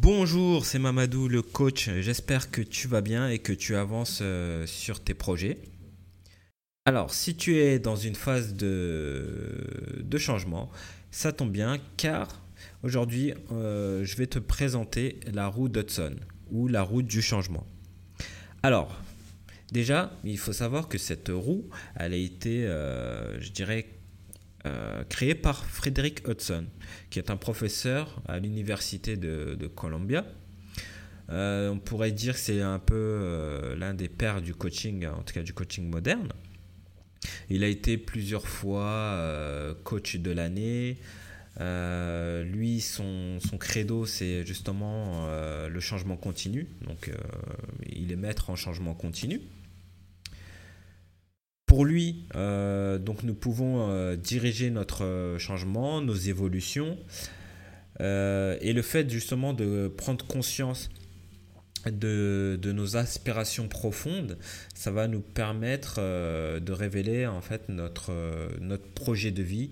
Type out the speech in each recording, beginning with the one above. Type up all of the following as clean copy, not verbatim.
Bonjour, c'est Mamadou, le coach. J'espère que tu vas bien et que tu avances sur tes projets. Alors, si tu es dans une phase de changement, ça tombe bien car aujourd'hui, je vais te présenter la roue d'Hudson ou la roue du changement. Alors, déjà, il faut savoir que cette roue, elle a été, je dirais, créée par Frederick Hudson, qui est un professeur à l'université de Columbia. On pourrait dire que c'est un peu l'un des pères du coaching, en tout cas du coaching moderne. Il a été plusieurs fois coach de l'année. Lui, son credo, c'est justement le changement continu. Donc, il est maître en changement continu. Pour lui, donc nous pouvons diriger notre changement, nos évolutions, et le fait justement de prendre conscience de nos aspirations profondes, ça va nous permettre de révéler en fait notre projet de vie,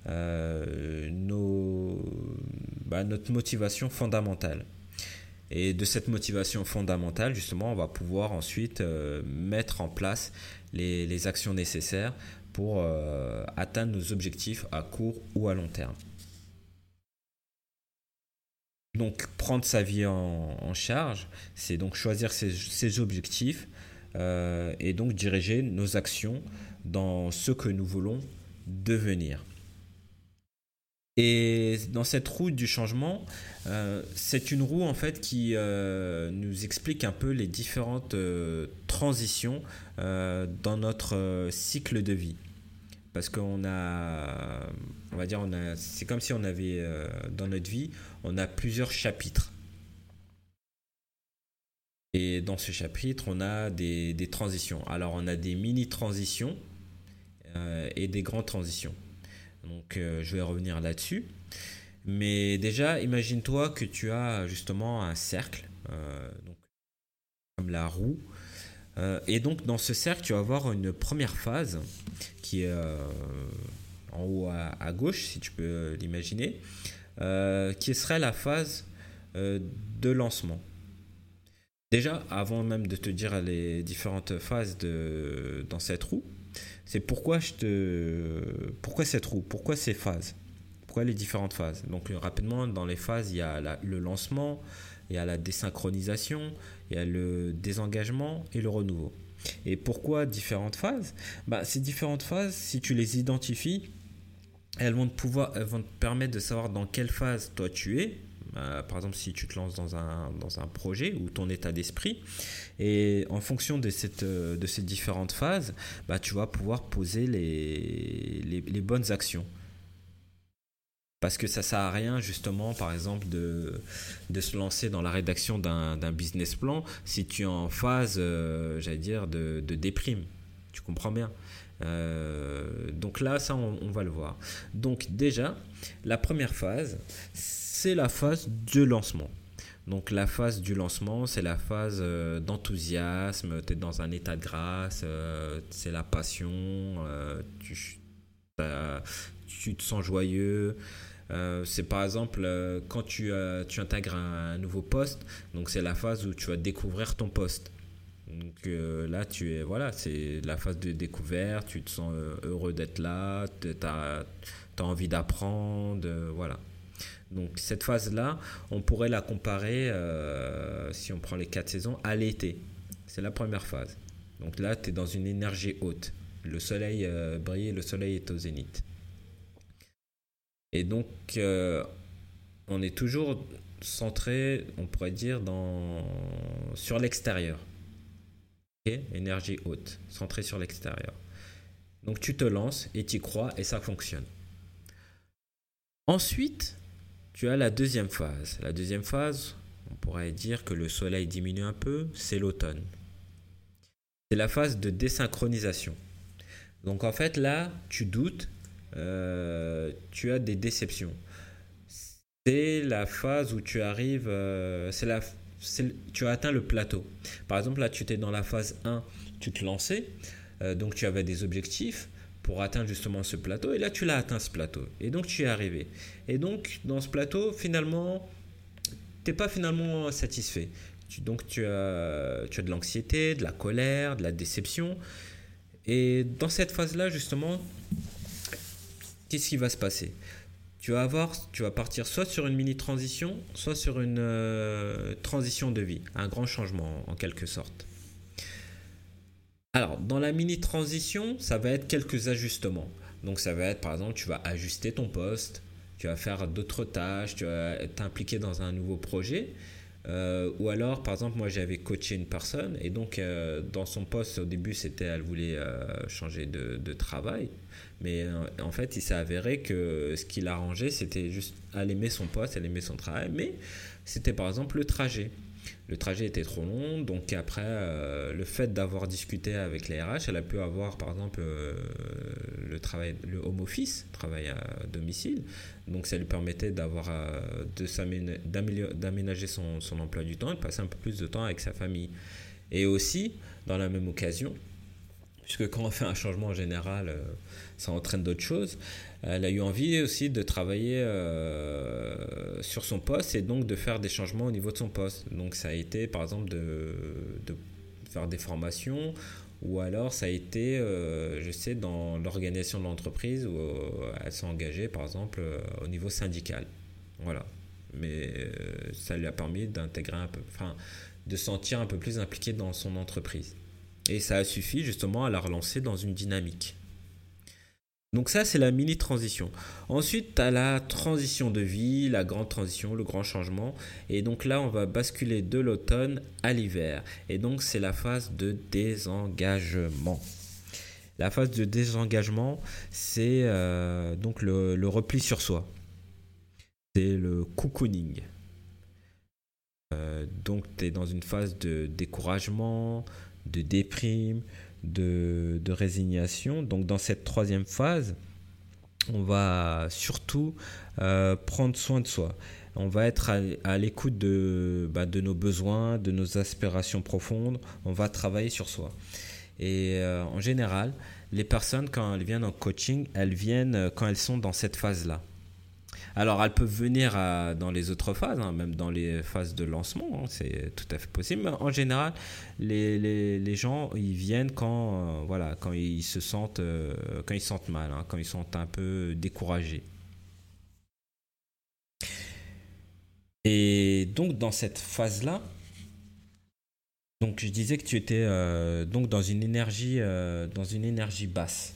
notre motivation fondamentale. Et de cette motivation fondamentale, justement, on va pouvoir ensuite mettre en place les actions nécessaires pour atteindre nos objectifs à court ou à long terme. Donc, prendre sa vie en charge, c'est donc choisir ses objectifs et donc diriger nos actions dans ce que nous voulons devenir. Et dans cette roue du changement, c'est une roue en fait qui nous explique un peu les différentes transitions dans notre cycle de vie. Parce c'est comme si on avait dans notre vie, on a plusieurs chapitres. Et dans ce chapitre, on a des transitions. Alors, on a des mini-transitions et des grandes transitions. Donc, je vais revenir là-dessus. Mais déjà, imagine-toi que tu as justement un cercle, donc, comme la roue. Et donc, dans ce cercle, tu vas avoir une première phase qui est en haut à gauche, si tu peux l'imaginer, qui serait la phase de lancement. Déjà, avant même de te dire les différentes phases dans cette roue, c'est pourquoi cette roue, pourquoi ces phases, pourquoi les différentes phases. Donc rapidement, dans les phases, il y a le lancement, il y a la désynchronisation, il y a le désengagement et le renouveau. Et pourquoi différentes phases ? Ces différentes phases, si tu les identifies, elles vont te permettre de savoir dans quelle phase toi tu es. Par exemple, si tu te lances dans un projet ou ton état d'esprit, et en fonction de ces différentes phases, tu vas pouvoir poser les bonnes actions. Parce que ça ne sert à rien, justement, par exemple, de se lancer dans la rédaction d'un business plan si tu es en phase, de déprime. Tu comprends bien ? Donc là, ça, on va le voir. Donc déjà, la première phase, c'est la phase de lancement. Donc la phase du lancement, c'est la phase d'enthousiasme, tu es dans un état de grâce, c'est la passion, tu te sens joyeux. C'est par exemple quand tu intègres un nouveau poste, donc c'est la phase où tu vas découvrir ton poste. Donc là, c'est la phase de découverte, tu te sens heureux d'être là, tu as envie d'apprendre, voilà. Donc cette phase-là, on pourrait la comparer, si on prend les 4 saisons, à l'été. C'est la première phase. Donc là, tu es dans une énergie haute. Le soleil brille, le soleil est au zénith. Et donc, on est toujours centré, on pourrait dire, sur l'extérieur. Okay ? Énergie haute, centrée sur l'extérieur. Donc, tu te lances et tu y crois et ça fonctionne. Ensuite, tu as la deuxième phase. La deuxième phase, on pourrait dire que le soleil diminue un peu, c'est l'automne. C'est la phase de désynchronisation. Donc, en fait, là, tu doutes. Tu as des déceptions. C'est la phase où tu arrives, tu as atteint le plateau. Par exemple, là, tu étais dans la phase 1, tu te lançais, donc tu avais des objectifs pour atteindre justement ce plateau, et là, tu l'as atteint ce plateau, et donc tu y es arrivé. Et donc, dans ce plateau, finalement, t'es pas finalement satisfait. Donc tu as de l'anxiété, de la colère, de la déception. Et dans cette phase-là, justement, qu'est-ce qui va se passer? Tu vas partir soit sur une mini-transition, soit sur une transition de vie, un grand changement en quelque sorte. Alors, dans la mini-transition, ça va être quelques ajustements. Donc, ça va être, par exemple, tu vas ajuster ton poste, tu vas faire d'autres tâches, tu vas t'impliquer dans un nouveau projet. Ou alors, par exemple, moi j'avais coaché une personne et donc dans son poste au début, elle voulait changer de travail. Mais en fait, il s'est avéré que ce qui l'arrangeait, c'était juste, elle aimait son poste, elle aimait son travail, mais c'était par exemple le trajet. Le trajet était trop long, donc après, le fait d'avoir discuté avec les RH, elle a pu avoir par exemple le travail, le home office, travail à domicile. Donc ça lui permettait d'aménager son emploi du temps et de passer un peu plus de temps avec sa famille. Et aussi, dans la même occasion, puisque quand on fait un changement en général, ça entraîne d'autres choses. Elle a eu envie aussi de travailler sur son poste et donc de faire des changements au niveau de son poste. Donc ça a été par exemple de faire des formations ou alors ça a été, je sais, dans l'organisation de l'entreprise où elle s'est engagée par exemple au niveau syndical. Voilà. Mais ça lui a permis d'intégrer un peu, enfin, de se sentir un peu plus impliqué dans son entreprise. Et ça a suffi justement à la relancer dans une dynamique. Donc ça, c'est la mini-transition. Ensuite, tu as la transition de vie, la grande transition, le grand changement. Et donc là, on va basculer de l'automne à l'hiver. Et donc, c'est la phase de désengagement. La phase de désengagement, c'est donc le repli sur soi. C'est le cocooning. Donc, tu es dans une phase de découragement, de déprime, de résignation. Donc dans cette troisième phase, on va surtout prendre soin de soi. On va être à l'écoute de nos besoins, de nos aspirations profondes. On va travailler sur soi. Et en général, les personnes, quand elles viennent en coaching, elles viennent quand elles sont dans cette phase-là. Alors, elles peuvent venir dans les autres phases, hein, même dans les phases de lancement, hein, c'est tout à fait possible. Mais en général, les gens, ils viennent quand ils se sentent, mal, hein, quand ils sont un peu découragés. Et donc, dans cette phase-là, donc je disais que tu étais donc dans une énergie basse.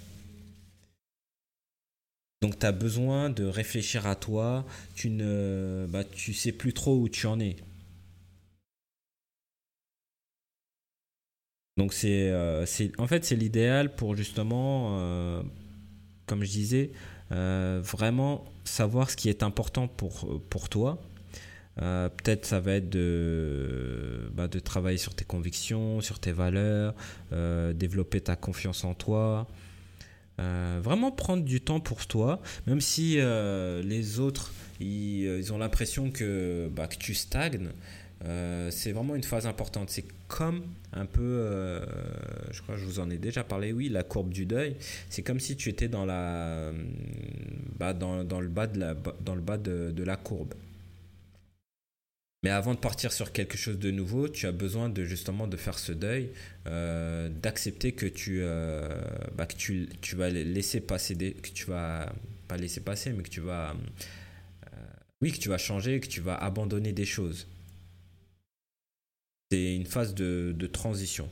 Donc tu as besoin de réfléchir à toi, tu sais plus trop où tu en es. Donc en fait c'est l'idéal pour justement, comme je disais, vraiment savoir ce qui est important pour toi. Peut-être ça va être de travailler sur tes convictions, sur tes valeurs, développer ta confiance en toi. Vraiment prendre du temps pour toi, même si les autres ils ont l'impression que tu stagnes. C'est vraiment une phase importante. C'est comme un peu, je crois que je vous en ai déjà parlé, oui, la courbe du deuil. C'est comme si tu étais dans le bas de la courbe. Mais avant de partir sur quelque chose de nouveau, tu as besoin justement de faire ce deuil, d'accepter que tu vas laisser passer que tu vas pas laisser passer, mais que tu vas changer, que tu vas abandonner des choses. C'est une phase de transition.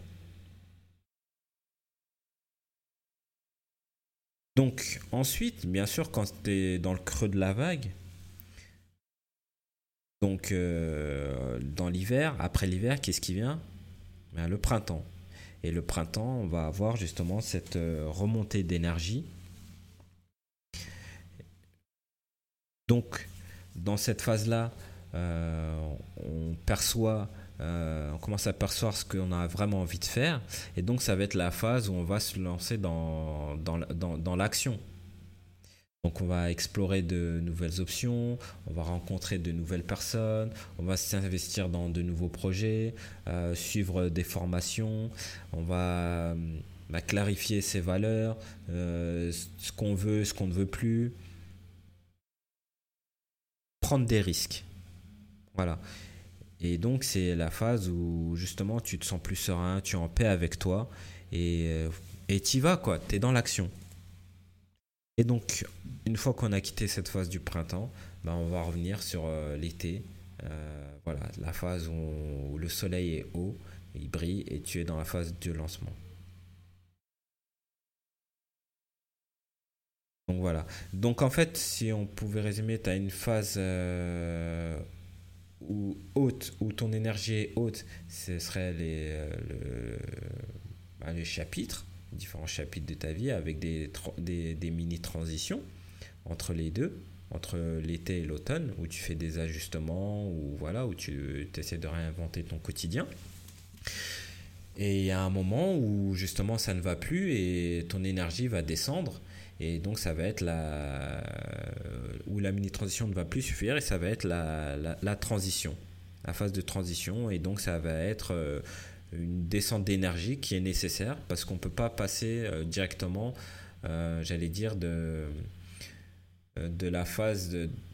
Donc ensuite, bien sûr, quand tu es dans le creux de la vague, donc dans l'hiver, après l'hiver, qu'est-ce qui vient? Ben, le printemps. Et le printemps, on va avoir justement cette remontée d'énergie. Donc, dans cette phase-là, on perçoit, on commence à percevoir ce qu'on a vraiment envie de faire. Et donc, ça va être la phase où on va se lancer dans l'action. Donc, on va explorer de nouvelles options, on va rencontrer de nouvelles personnes, on va s'investir dans de nouveaux projets, suivre des formations, on va clarifier ses valeurs, ce qu'on veut, ce qu'on ne veut plus, prendre des risques. Voilà. Et donc, c'est la phase où justement tu te sens plus serein, tu es en paix avec toi et t'y vas, quoi. T'es dans l'action. Et donc, une fois qu'on a quitté cette phase du printemps, ben, on va revenir sur l'été. Voilà, la phase où le soleil est haut, il brille et tu es dans la phase de lancement. Donc voilà. Donc en fait, si on pouvait résumer, tu as une phase haute, où ton énergie est haute, ce serait les chapitres, différents chapitres de ta vie avec des mini-transitions entre les deux, entre l'été et l'automne, où tu fais des ajustements, ou voilà, où tu essaies de réinventer ton quotidien. Et il y a un moment où justement ça ne va plus et ton énergie va descendre. Et donc ça va être où la mini-transition ne va plus suffire et ça va être la transition, la phase de transition. Et donc ça va être une descente d'énergie qui est nécessaire parce qu'on ne peut pas passer directement, j'allais dire, de la phase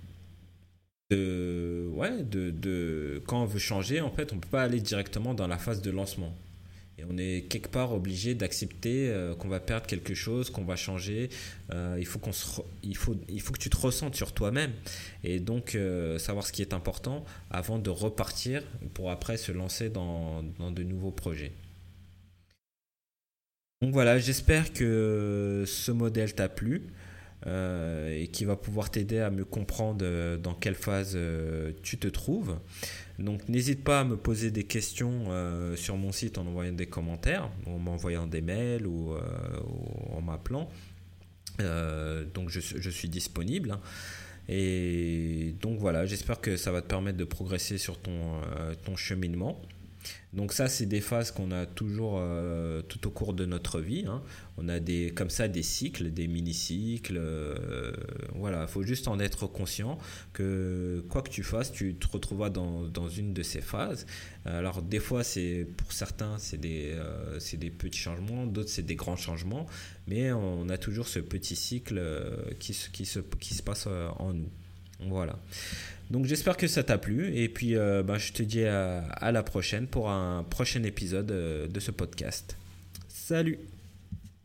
quand on veut changer, en fait, on ne peut pas aller directement dans la phase de lancement. Et on est quelque part obligé d'accepter qu'on va perdre quelque chose, qu'on va changer. Il faut que tu te ressentes sur toi-même. Et donc, savoir ce qui est important avant de repartir pour après se lancer dans de nouveaux projets. Donc voilà, j'espère que ce modèle t'a plu et qui va pouvoir t'aider à mieux comprendre dans quelle phase tu te trouves. Donc n'hésite pas à me poser des questions sur mon site en envoyant des commentaires, en m'envoyant des mails ou en m'appelant. Donc je suis disponible. Hein. Et donc voilà, j'espère que ça va te permettre de progresser sur ton cheminement. Donc ça, c'est des phases qu'on a toujours tout au cours de notre vie. Hein. On a comme ça des cycles, des mini-cycles. Voilà, il faut juste en être conscient que quoi que tu fasses, tu te retrouveras dans une de ces phases. Alors des fois, pour certains, c'est des petits changements, d'autres, c'est des grands changements. Mais on a toujours ce petit cycle qui se passe en nous. Voilà. Donc j'espère que ça t'a plu et puis je te dis à la prochaine pour un prochain épisode de ce podcast. Salut!